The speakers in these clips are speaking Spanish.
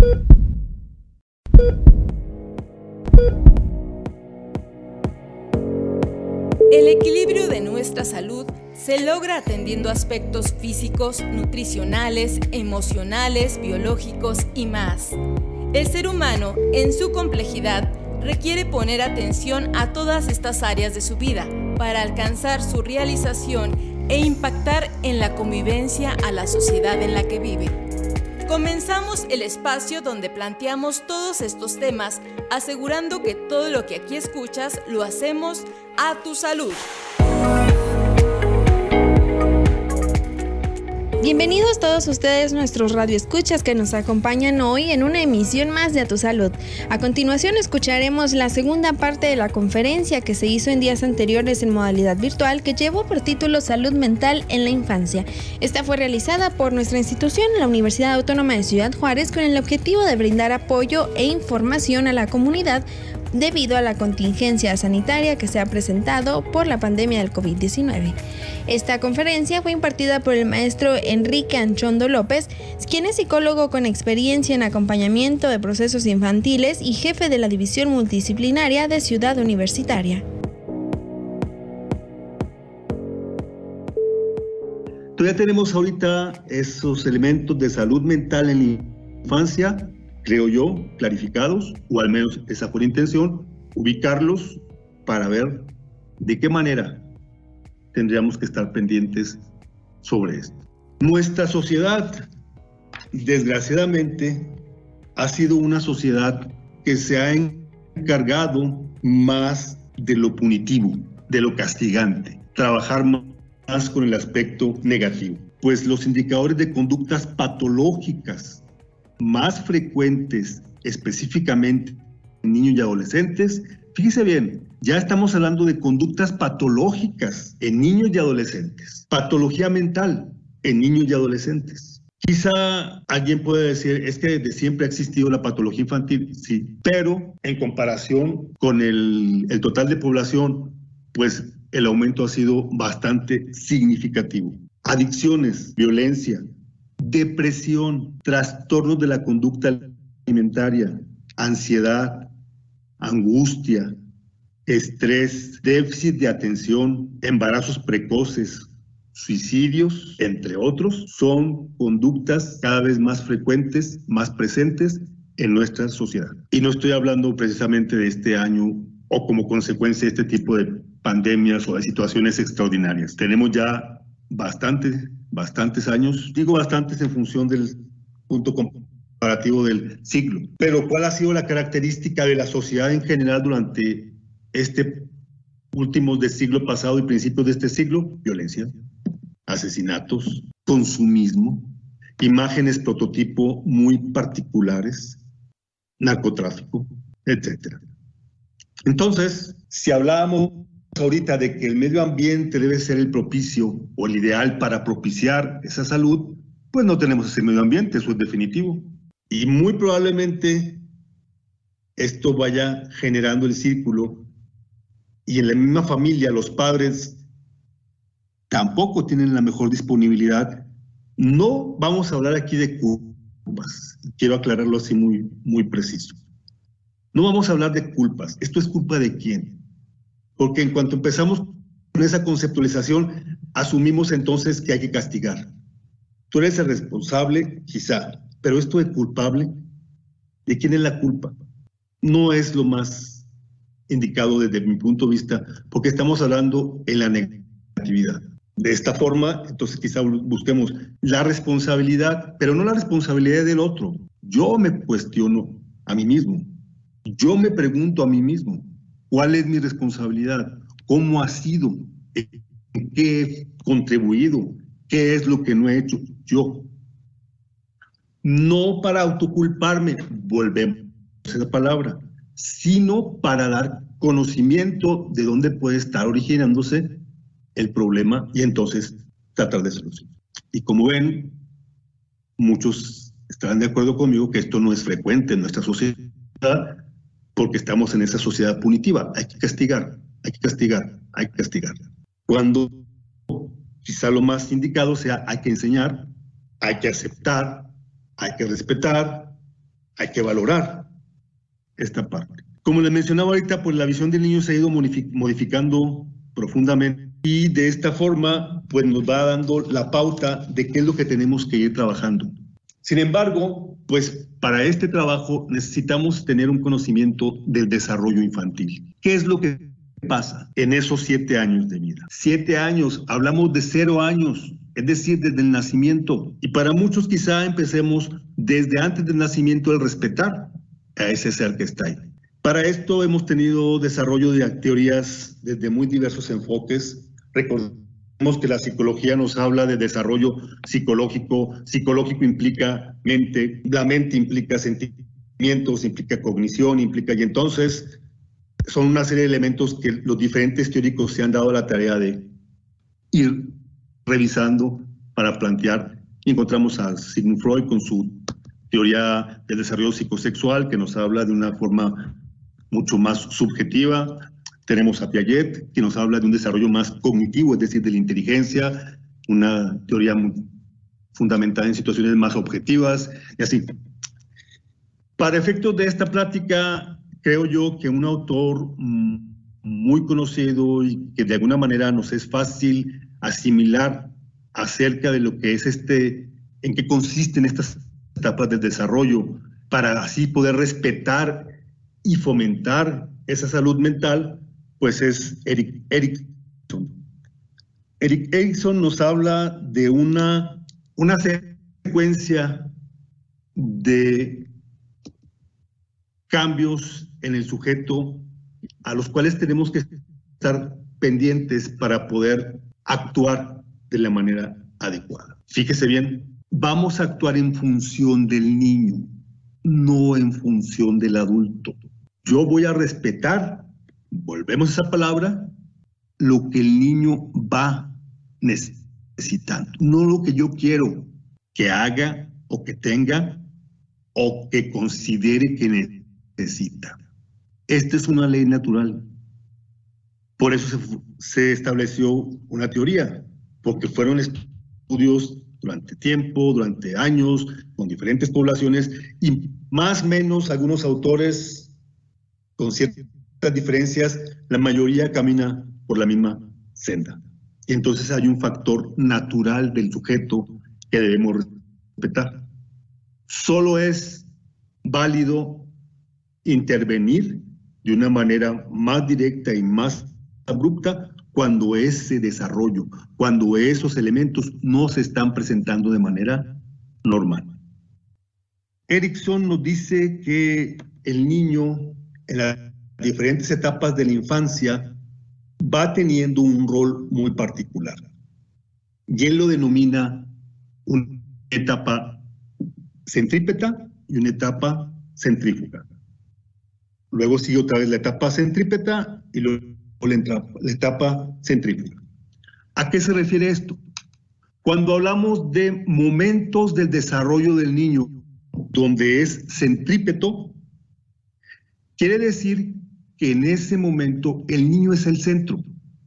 El equilibrio de nuestra salud se logra atendiendo aspectos físicos, nutricionales, emocionales, biológicos y más. El ser humano, en su complejidad, requiere poner atención a todas estas áreas de su vida para alcanzar su realización e impactar en la convivencia a la sociedad en la que vive. Comenzamos el espacio donde planteamos todos estos temas, asegurando que todo lo que aquí escuchas lo hacemos a tu salud. Bienvenidos todos ustedes, nuestros radioescuchas que nos acompañan hoy en una emisión más de A Tu Salud. A continuación escucharemos la segunda parte de la conferencia que se hizo en días anteriores en modalidad virtual, que llevó por título Salud Mental en la Infancia. Esta fue realizada por nuestra institución, la Universidad Autónoma de Ciudad Juárez, con el objetivo de brindar apoyo e información a la comunidad debido a la contingencia sanitaria que se ha presentado por la pandemia del COVID-19. Esta conferencia fue impartida por el maestro Enrique Anchondo López, quien es psicólogo con experiencia en acompañamiento de procesos infantiles y jefe de la División Multidisciplinaria de Ciudad Universitaria. Todavía tenemos ahorita esos elementos de salud mental en la infancia, creo yo, clarificados, o al menos esa fue la intención, ubicarlos para ver de qué manera tendríamos que estar pendientes sobre esto. Nuestra sociedad, desgraciadamente, ha sido una sociedad que se ha encargado más de lo punitivo, de lo castigante, trabajar más con el aspecto negativo, pues los indicadores de conductas patológicas más frecuentes, específicamente en niños y adolescentes, fíjese bien, ya estamos hablando de conductas patológicas en niños y adolescentes, patología mental en niños y adolescentes. Quizá alguien puede decir, es que desde siempre ha existido la patología infantil, sí, pero en comparación con el total de población, pues el aumento ha sido bastante significativo. Adicciones, violencia, depresión, trastornos de la conducta alimentaria, ansiedad, angustia, estrés, déficit de atención, embarazos precoces, suicidios, entre otros, son conductas cada vez más frecuentes, más presentes en nuestra sociedad. Y no estoy hablando precisamente de este año o como consecuencia de este tipo de pandemias o de situaciones extraordinarias. Tenemos ya bastantes años, digo bastantes en función del punto comparativo del siglo. Pero ¿cuál ha sido la característica de la sociedad en general durante últimos del siglo pasado y principios de este siglo? Violencia, asesinatos, consumismo, imágenes prototipo muy particulares, narcotráfico, etc. Entonces, si hablábamos ahorita de que el medio ambiente debe ser el propicio o el ideal para propiciar esa salud, pues no tenemos ese medio ambiente, eso es definitivo. Y muy probablemente esto vaya generando el círculo y en la misma familia los padres tampoco tienen la mejor disponibilidad. No vamos a hablar aquí de culpas, quiero aclararlo así muy preciso. No vamos a hablar de culpas, esto es culpa de quién. Porque en cuanto empezamos con esa conceptualización, asumimos entonces que hay que castigar. Tú eres el responsable, quizá, pero esto de culpable, ¿de quién es la culpa? No es lo más indicado desde mi punto de vista, porque estamos hablando en la negatividad. De esta forma, entonces quizá busquemos la responsabilidad, pero no la responsabilidad del otro. Yo me cuestiono a mí mismo, yo me pregunto a mí mismo, ¿cuál es mi responsabilidad? ¿Cómo ha sido? ¿En qué he contribuido? ¿Qué es lo que no he hecho yo? No para autoculparme, volvemos a esa palabra, sino para dar conocimiento de dónde puede estar originándose el problema y entonces tratar de solucionar. Y como ven, muchos estarán de acuerdo conmigo que esto no es frecuente en nuestra sociedad, porque estamos en esa sociedad punitiva. Hay que castigar, hay que castigar, hay que castigar. Cuando quizá lo más indicado sea hay que enseñar, hay que aceptar, hay que respetar, hay que valorar esta parte. Como les mencionaba ahorita, pues la visión del niño se ha ido modificando profundamente y de esta forma pues nos va dando la pauta de qué es lo que tenemos que ir trabajando. Sin embargo, pues para este trabajo necesitamos tener un conocimiento del desarrollo infantil. ¿Qué es lo que pasa en esos 7 años de vida? 7 años, hablamos de 0 años, es decir, desde el nacimiento. Y para muchos quizá empecemos desde antes del nacimiento el respetar a ese ser que está ahí. Para esto hemos tenido desarrollo de teorías desde muy diversos enfoques. Recordemos que la psicología nos habla de desarrollo psicológico. Psicológico implica mente, la mente implica sentimientos, implica cognición, y entonces son una serie de elementos que los diferentes teóricos se han dado la tarea de ir revisando para plantear. Encontramos a Sigmund Freud con su teoría del desarrollo psicosexual, que nos habla de una forma mucho más subjetiva. Tenemos a Piaget, que nos habla de un desarrollo más cognitivo, es decir, de la inteligencia, una teoría muy fundamentada en situaciones más objetivas, y así. Para efectos de esta plática, creo yo que un autor muy conocido y que de alguna manera nos es fácil asimilar acerca de lo que es en qué consisten estas etapas del desarrollo, para así poder respetar y fomentar esa salud mental, pues es Erik Erikson. Erik Erikson nos habla de una secuencia de cambios en el sujeto a los cuales tenemos que estar pendientes para poder actuar de la manera adecuada. Fíjese bien, vamos a actuar en función del niño, no en función del adulto. Yo voy a respetar, volvemos a esa palabra, lo que el niño va necesitando, no lo que yo quiero que haga o que tenga o que considere que necesita. Esta es una ley natural. Por eso se estableció una teoría, porque fueron estudios durante tiempo, durante años, con diferentes poblaciones, y más o menos algunos autores con ciertas diferencias, la mayoría camina por la misma senda. Y entonces hay un factor natural del sujeto que debemos respetar. Solo es válido intervenir de una manera más directa y más abrupta cuando ese desarrollo, cuando esos elementos no se están presentando de manera normal. Erikson nos dice que el niño en las diferentes etapas de la infancia va teniendo un rol muy particular. Y él lo denomina una etapa centrípeta y una etapa centrífuga. Luego sigue otra vez la etapa centrípeta y luego la etapa centrífuga. ¿A qué se refiere esto? Cuando hablamos de momentos del desarrollo del niño donde es centrípeto, quiere decir que en ese momento el niño es el centro.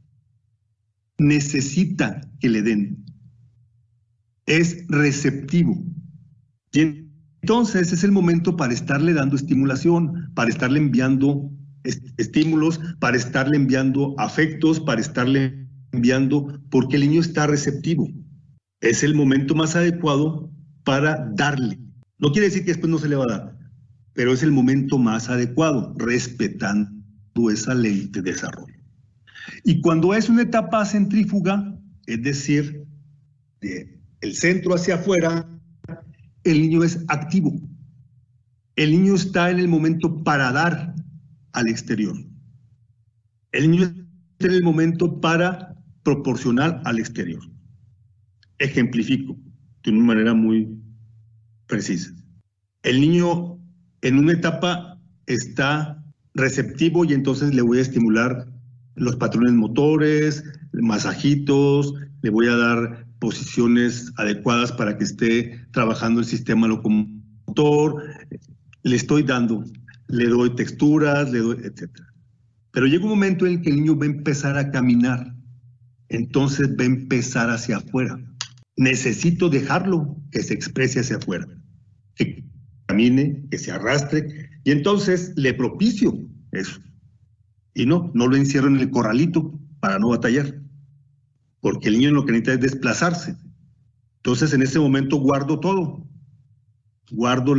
Necesita que le den. Es receptivo. Y entonces es el momento para estarle dando estimulación, para estarle enviando estímulos, para estarle enviando afectos, para estarle enviando, porque el niño está receptivo. Es el momento más adecuado para darle. No quiere decir que después no se le va a dar, pero es el momento más adecuado, respetando esa ley de desarrollo. Y cuando es una etapa centrífuga, es decir, del centro hacia afuera, el niño es activo. El niño está en el momento para dar al exterior. El niño está en el momento para proporcionar al exterior. Ejemplifico de una manera muy precisa. El niño en una etapa está receptivo y entonces le voy a estimular los patrones motores, masajitos, le voy a dar posiciones adecuadas para que esté trabajando el sistema locomotor, le estoy dando, le doy texturas, le doy, etc. Pero llega un momento en el que el niño va a empezar a caminar, entonces va a empezar hacia afuera. Necesito dejarlo que se exprese hacia afuera, que camine, que se arrastre, y entonces le propicio eso. Y no lo encierro en el corralito para no batallar, porque el niño lo que necesita es desplazarse. Entonces en ese momento guardo todo, guardo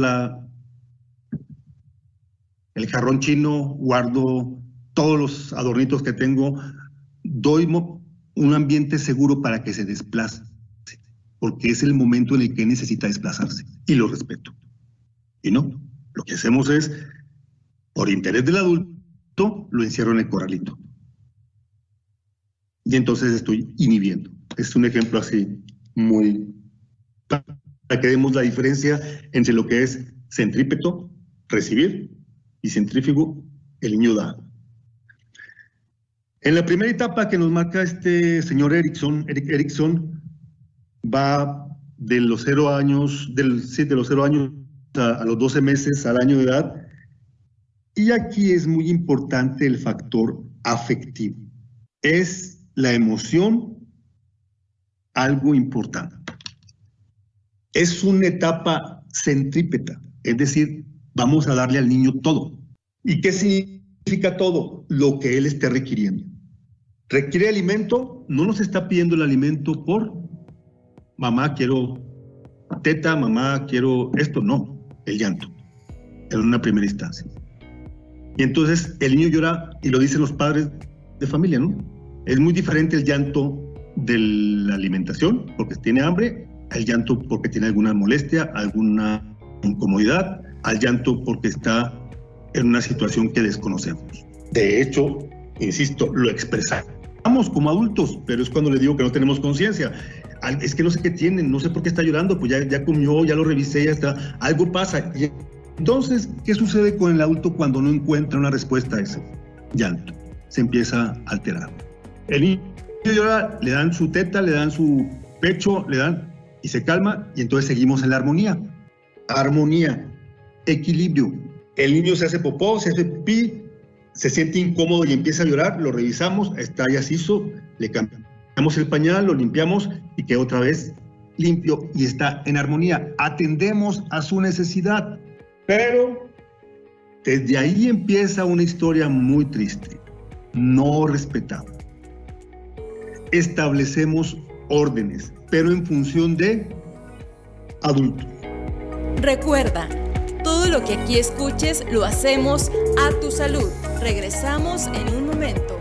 el jarrón chino, guardo todos los adornitos que tengo, doy un ambiente seguro para que se desplace, porque es el momento en el que necesita desplazarse, y lo respeto. Y no, lo que hacemos es, por interés del adulto, lo encierro en el corralito. Y entonces estoy inhibiendo. Es un ejemplo así muy... para que demos la diferencia entre lo que es centrípeto, recibir, y centrífugo, el niño da. En la primera etapa que nos marca este señor Erickson va de los 0 años, de los 0 años a los 12 meses al año de edad, y aquí es muy importante el factor afectivo. Es la emoción algo importante. Es una etapa centrípeta, es decir, vamos a darle al niño todo. ¿Y qué significa todo? Lo que él esté requiriendo. ¿Requiere alimento? No nos está pidiendo el alimento por mamá, quiero teta, mamá, quiero esto. No, el llanto, en una primera instancia. Y entonces el niño llora, y lo dicen los padres de familia, ¿no? Es muy diferente el llanto de la alimentación, porque tiene hambre, al llanto porque tiene alguna molestia, alguna incomodidad, al llanto porque está en una situación que desconocemos. De hecho, insisto, lo expresamos como adultos, pero es cuando le digo que no tenemos conciencia. Es que no sé qué tienen, no sé por qué está llorando, pues ya comió, ya lo revisé, ya está, algo pasa. Y entonces, ¿qué sucede con el adulto cuando no encuentra una respuesta a ese llanto? Se empieza a alterar. El niño llora, le dan su teta, le dan su pecho, le dan, y se calma, y entonces seguimos en la armonía. Armonía, equilibrio. El niño se hace popó, se hace pipí, se siente incómodo y empieza a llorar, lo revisamos, está ya siso, le cambiamos el pañal, lo limpiamos y queda otra vez limpio y está en armonía. Atendemos a su necesidad, pero desde ahí empieza una historia muy triste, no respetada. Establecemos órdenes, pero en función de adultos. Recuerda, todo lo que aquí escuches lo hacemos a tu salud. Regresamos en un momento.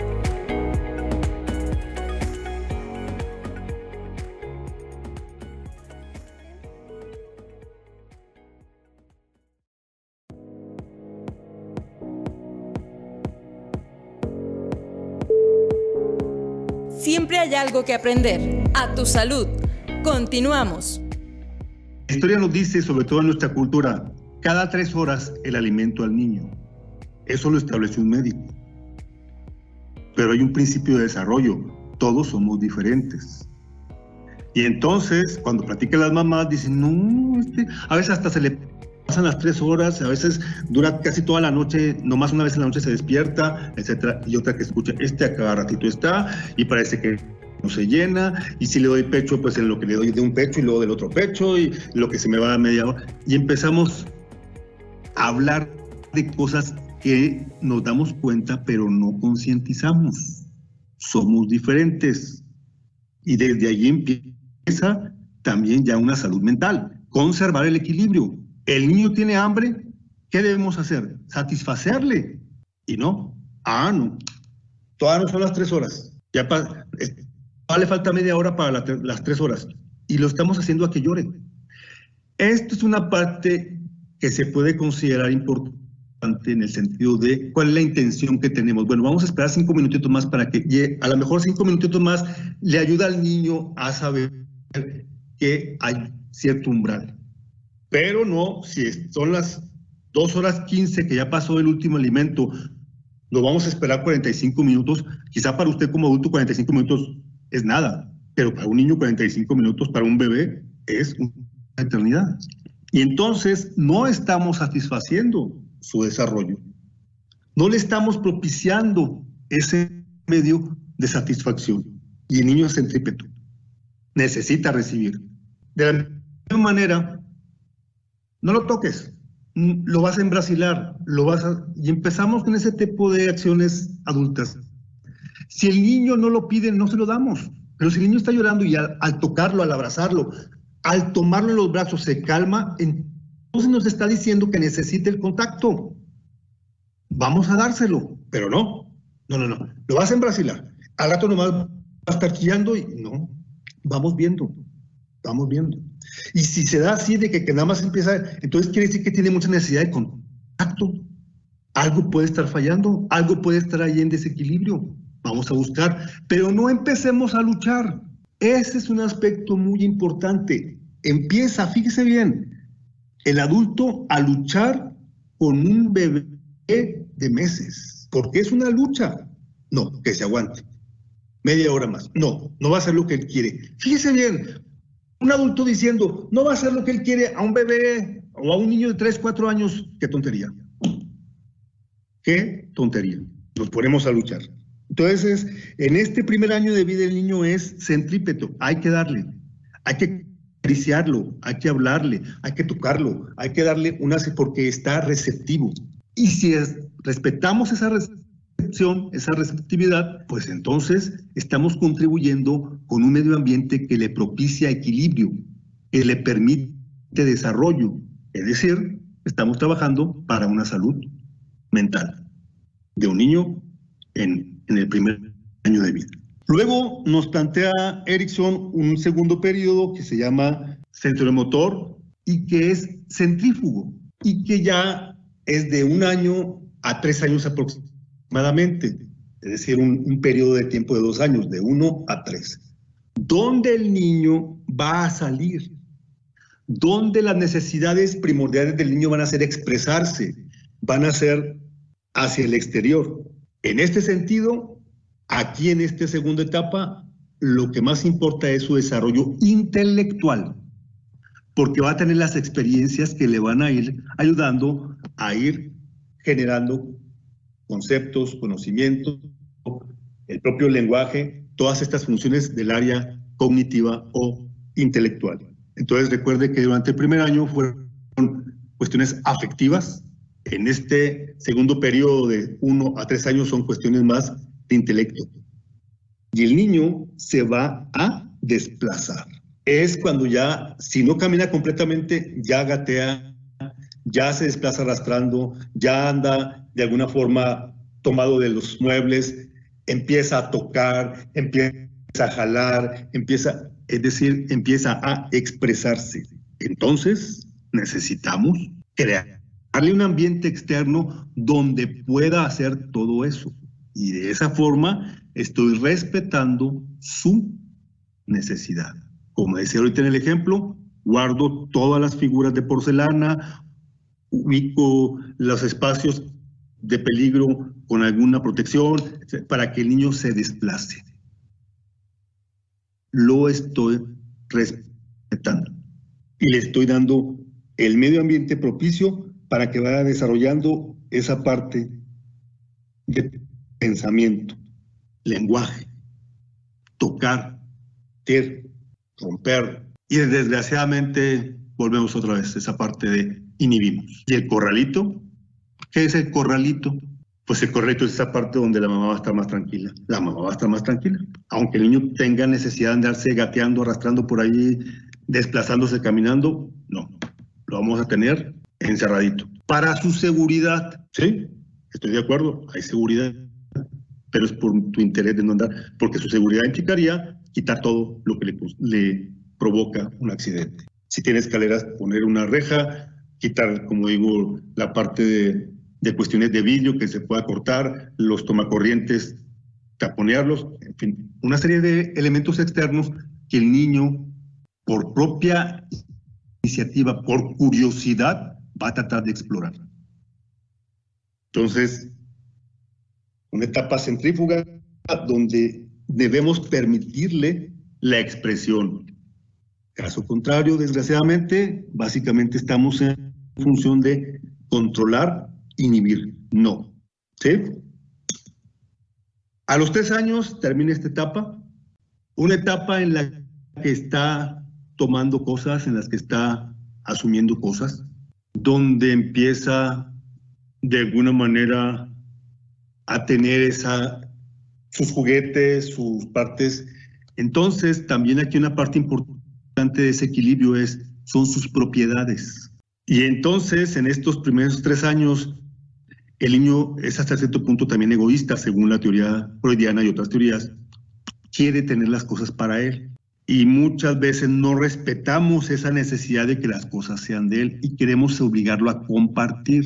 Siempre hay algo que aprender. A tu salud. Continuamos. La historia nos dice, sobre todo en nuestra cultura, cada 3 horas el alimento al niño. Eso lo estableció un médico. Pero hay un principio de desarrollo. Todos somos diferentes. Y entonces, cuando platican las mamás, dicen, no, a veces hasta se le pasan las 3 horas, a veces dura casi toda la noche, nomás una vez en la noche se despierta, etcétera, y otra que escucha, a cada ratito está, y parece que no se llena, y si le doy pecho, pues en lo que le doy de un pecho y luego del otro pecho, y lo que se me va a media hora, y empezamos a hablar de cosas que nos damos cuenta, pero no concientizamos. Somos diferentes. Y desde allí empieza también ya una salud mental. Conservar el equilibrio. El niño tiene hambre, ¿qué debemos hacer? Satisfacerle. Y no, no. Todavía no son las 3 horas. Ya le falta media hora para las 3 horas. Y lo estamos haciendo a que llore. Esto es una parte que se puede considerar importante en el sentido de cuál es la intención que tenemos. Bueno, vamos a esperar 5 minutitos más para que a lo mejor 5 minutitos más le ayuda al niño a saber que hay cierto umbral. Pero no, si son las 2 horas 15 que ya pasó el último alimento, lo vamos a esperar 45 minutos. Quizá para usted como adulto 45 minutos es nada, pero para un niño 45 minutos, para un bebé, es una eternidad. Y entonces no estamos satisfaciendo su desarrollo. No le estamos propiciando ese medio de satisfacción. Y el niño es centrípeto. Necesita recibir. De la misma manera, no lo toques. lo vas a embrasilar, y empezamos con ese tipo de acciones adultas. Si el niño no lo pide, no se lo damos. Pero si el niño está llorando y al tocarlo, al abrazarlo, al tomarlo en los brazos se calma, entonces nos está diciendo que necesita el contacto. Vamos a dárselo, pero no. Lo vas a embrasilar. Al rato nomás va a estar chillando y no. Vamos viendo. Y si se da así de que nada más empieza, entonces quiere decir que tiene mucha necesidad de contacto. Algo puede estar fallando, algo puede estar ahí en desequilibrio. Vamos a buscar, pero no empecemos a luchar. Ese es un aspecto muy importante. Empieza, fíjese bien, el adulto a luchar con un bebé de meses, porque es una lucha. No, que se aguante. Media hora más. No va a hacer lo que él quiere. Fíjese bien, un adulto diciendo, no va a hacer lo que él quiere a un bebé o a un niño de 3, 4 años, qué tontería. Qué tontería. Nos ponemos a luchar. Entonces, en este primer año de vida del niño es centrípeto. Hay que darle, hay que acariciarlo, hay que hablarle, hay que tocarlo, hay que darle porque está receptivo. Y si respetamos esa recepción, esa receptividad, pues entonces estamos contribuyendo con un medio ambiente que le propicia equilibrio, que le permite desarrollo. Es decir, estamos trabajando para una salud mental de un niño en el primer año de vida. Luego nos plantea Erikson un segundo periodo que se llama sensorimotor y que es centrífugo y que ya es de 1 año a 3 años aproximadamente, es decir, un periodo de tiempo de 2 años, de 1 a 3, donde el niño va a salir, donde las necesidades primordiales del niño van a ser expresarse, van a ser hacia el exterior. En este sentido, aquí en esta segunda etapa, lo que más importa es su desarrollo intelectual, porque va a tener las experiencias que le van a ir ayudando a ir generando conceptos, conocimientos, el propio lenguaje, todas estas funciones del área cognitiva o intelectual. Entonces recuerde que durante el primer año fueron cuestiones afectivas. En este segundo periodo de 1 a 3 años son cuestiones más de intelecto. Y el niño se va a desplazar. Es cuando ya, si no camina completamente, ya gatea, ya se desplaza arrastrando, ya anda de alguna forma tomado de los muebles, empieza a tocar, empieza a jalar, es decir, empieza a expresarse. Entonces, necesitamos crearle un ambiente externo donde pueda hacer todo eso. Y de esa forma estoy respetando su necesidad. Como decía ahorita en el ejemplo, guardo todas las figuras de porcelana, ubico los espacios de peligro con alguna protección para que el niño se desplace. Lo estoy respetando y le estoy dando el medio ambiente propicio para que vaya desarrollando esa parte de pensamiento, lenguaje, tocar, ver, romper. Y desgraciadamente volvemos otra vez a esa parte de inhibimos. ¿Y el corralito? ¿Qué es el corralito? Pues el corralito es esa parte donde la mamá va a estar más tranquila. La mamá va a estar más tranquila. Aunque el niño tenga necesidad de andarse gateando, arrastrando por ahí, desplazándose, caminando, no. Lo vamos a tener encerradito. Para su seguridad, ¿sí? Estoy de acuerdo, hay seguridad, pero es por tu interés de no andar, porque su seguridad implicaría quitar todo lo que le provoca un accidente. Si tiene escaleras, poner una reja, quitar, como digo, la parte de cuestiones de vidrio que se pueda cortar, los tomacorrientes, taponearlos, en fin, una serie de elementos externos que el niño, por propia iniciativa, por curiosidad, va a tratar de explorar. Entonces, una etapa centrífuga donde debemos permitirle la expresión. Caso contrario, desgraciadamente, básicamente estamos en función de controlar, inhibir. No. ¿Sí? A los 3 años termina esta etapa, una etapa en la que está tomando cosas, en las que está asumiendo cosas. donde empieza de alguna manera a tener sus juguetes, sus partes. Entonces, también aquí una parte importante de ese equilibrio son sus propiedades. Y entonces, en estos primeros 3 años, el niño es hasta cierto punto también egoísta, según la teoría freudiana y otras teorías. Quiere tener las cosas para él. Y muchas veces no respetamos esa necesidad de que las cosas sean de él y queremos obligarlo a compartir.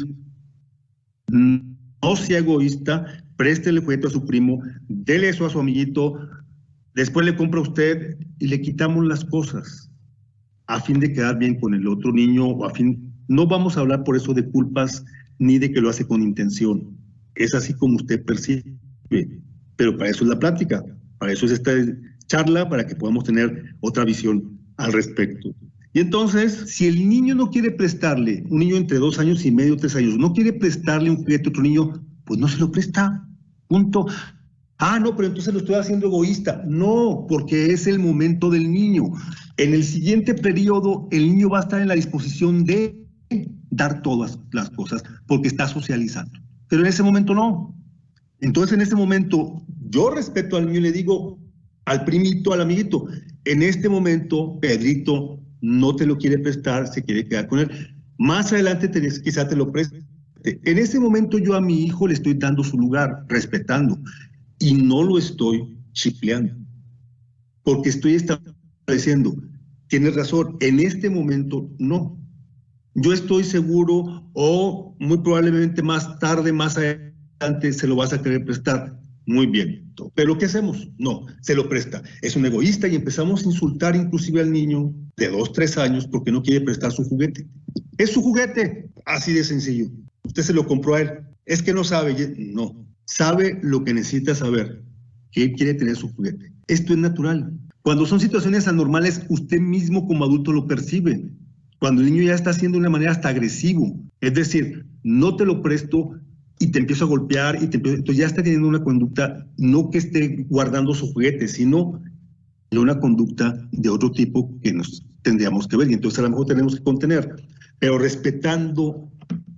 No sea egoísta, préstele juguete a su primo, dele eso a su amiguito, después le compra a usted y le quitamos las cosas a fin de quedar bien con el otro niño o no vamos a hablar por eso de culpas ni de que lo hace con intención. Es así como usted percibe, pero para eso es la plática, para eso es esta charla, para que podamos tener otra visión al respecto. Y entonces, si el niño no quiere prestarle, un niño entre 2 años y medio, 3 años, no quiere prestarle un juguete a otro niño, pues no se lo presta, punto. Ah, no, pero entonces lo estoy haciendo egoísta. No, porque es el momento del niño. En el siguiente periodo, el niño va a estar en la disposición de dar todas las cosas, porque está socializando. Pero en ese momento no. Entonces, en ese momento, yo respeto al niño y le digo al primito, al amiguito, en este momento, Pedrito no te lo quiere prestar, se quiere quedar con él. Más adelante quizá te lo preste. En ese momento yo a mi hijo le estoy dando su lugar, respetando, y no lo estoy chifleando, porque estoy estableciendo, tienes razón, en este momento no. Yo estoy seguro, o muy probablemente más tarde, más adelante, se lo vas a querer prestar. Muy bien, pero ¿qué hacemos? No, se lo presta. Es un egoísta y empezamos a insultar inclusive al niño de 2, 3 años porque no quiere prestar su juguete. Es su juguete, así de sencillo. Usted se lo compró a él. Es que no sabe. No, sabe lo que necesita saber, que él quiere tener su juguete. Esto es natural. Cuando son situaciones anormales, usted mismo como adulto lo percibe. Cuando el niño ya está haciendo de una manera hasta agresivo. Es decir, no te lo presto y te empiezo a golpear, entonces ya está teniendo una conducta, no que esté guardando su juguete, sino una conducta de otro tipo que nos tendríamos que ver, y entonces a lo mejor tenemos que contener, pero respetando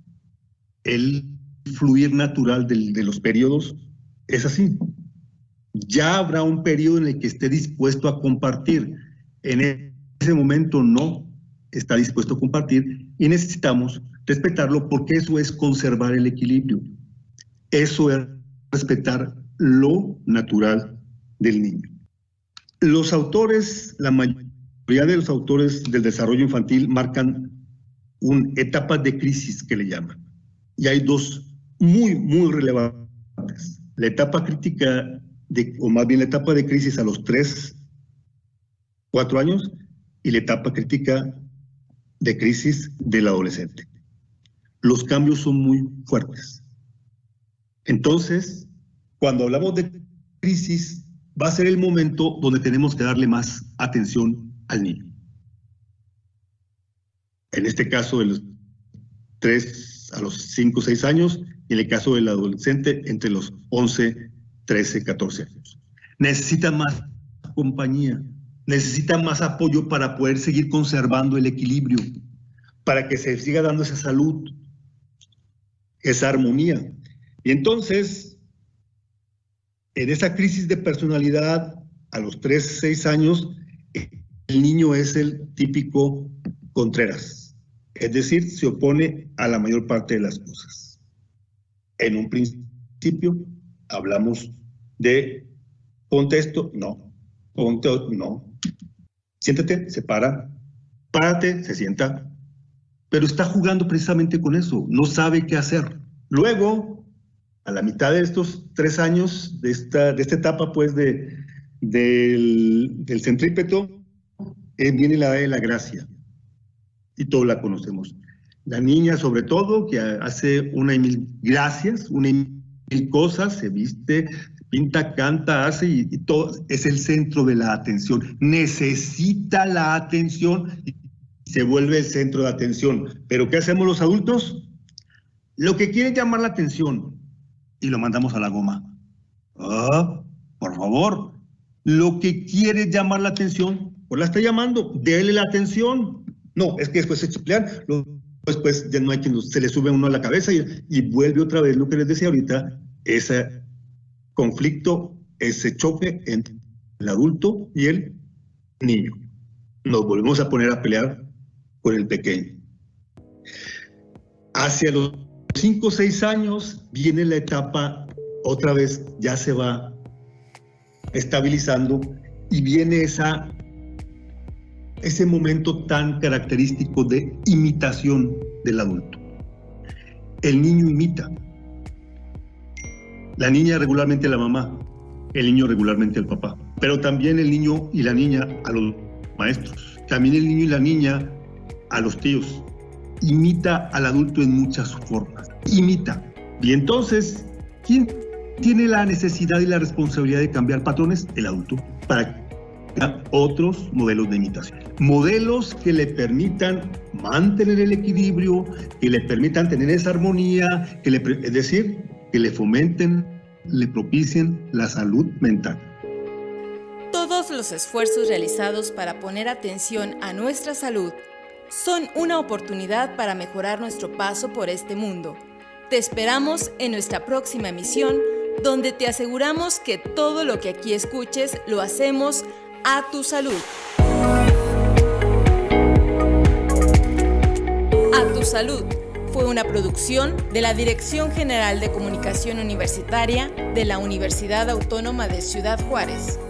el fluir natural de los periodos, es así. Ya habrá un periodo en el que esté dispuesto a compartir, en ese momento no está dispuesto a compartir, y necesitamos respetarlo porque eso es conservar el equilibrio. Eso es respetar lo natural del niño. Los autores, la mayoría de los autores del desarrollo infantil marcan etapas de crisis que le llaman. Y hay 2 muy, muy relevantes. La etapa crítica, o más bien la etapa de crisis a los 3, 4 años y la etapa crítica de crisis del adolescente. Los cambios son muy fuertes. Entonces, cuando hablamos de crisis, va a ser el momento donde tenemos que darle más atención al niño. En este caso, de los 3 a los 5 o 6 años, y en el caso del adolescente, entre los 11, 13, 14 años. Necesita más compañía, necesita más apoyo para poder seguir conservando el equilibrio, para que se siga dando esa salud, esa armonía. Y entonces, en esa crisis de personalidad, a los 3, 6 años, el niño es el típico Contreras. Es decir, se opone a la mayor parte de las cosas. En un principio, hablamos de ponte esto, no. Ponte otro, no. Siéntate, se para. Párate, se sienta. Pero está jugando precisamente con eso. No sabe qué hacer. Luego, a la mitad de estos 3 años, de esta etapa, pues, del centrípeto, viene la edad de la gracia. Y todos la conocemos. La niña, sobre todo, que hace una y mil gracias, una y mil cosas, se viste, pinta, canta, hace y todo, es el centro de la atención. Necesita la atención y se vuelve el centro de atención. ¿Pero qué hacemos los adultos? Lo que quiere llamar la atención y lo mandamos a la goma. Ah, por favor. Lo que quiere llamar la atención, pues la está llamando, déle la atención. No, es que después se chiflean. Lo después ya no hay quien se le sube a uno a la cabeza y vuelve otra vez lo que les decía ahorita, ese conflicto, ese choque entre el adulto y el niño. Nos volvemos a poner a pelear con el pequeño. Hacia los 5 o 6 años viene la etapa, otra vez ya se va estabilizando y viene ese momento tan característico de imitación del adulto. El niño imita. La niña regularmente a la mamá, el niño regularmente al papá, pero también el niño y la niña a los maestros, también el niño y la niña a los tíos. Imita al adulto en muchas formas, imita. Y entonces, ¿quién tiene la necesidad y la responsabilidad de cambiar patrones? El adulto, para crear otros modelos de imitación. Modelos que le permitan mantener el equilibrio, que le permitan tener esa armonía, es decir, que le fomenten, le propicien la salud mental. Todos los esfuerzos realizados para poner atención a nuestra salud son una oportunidad para mejorar nuestro paso por este mundo. Te esperamos en nuestra próxima emisión, donde te aseguramos que todo lo que aquí escuches lo hacemos a tu salud. A tu salud fue una producción de la Dirección General de Comunicación Universitaria de la Universidad Autónoma de Ciudad Juárez.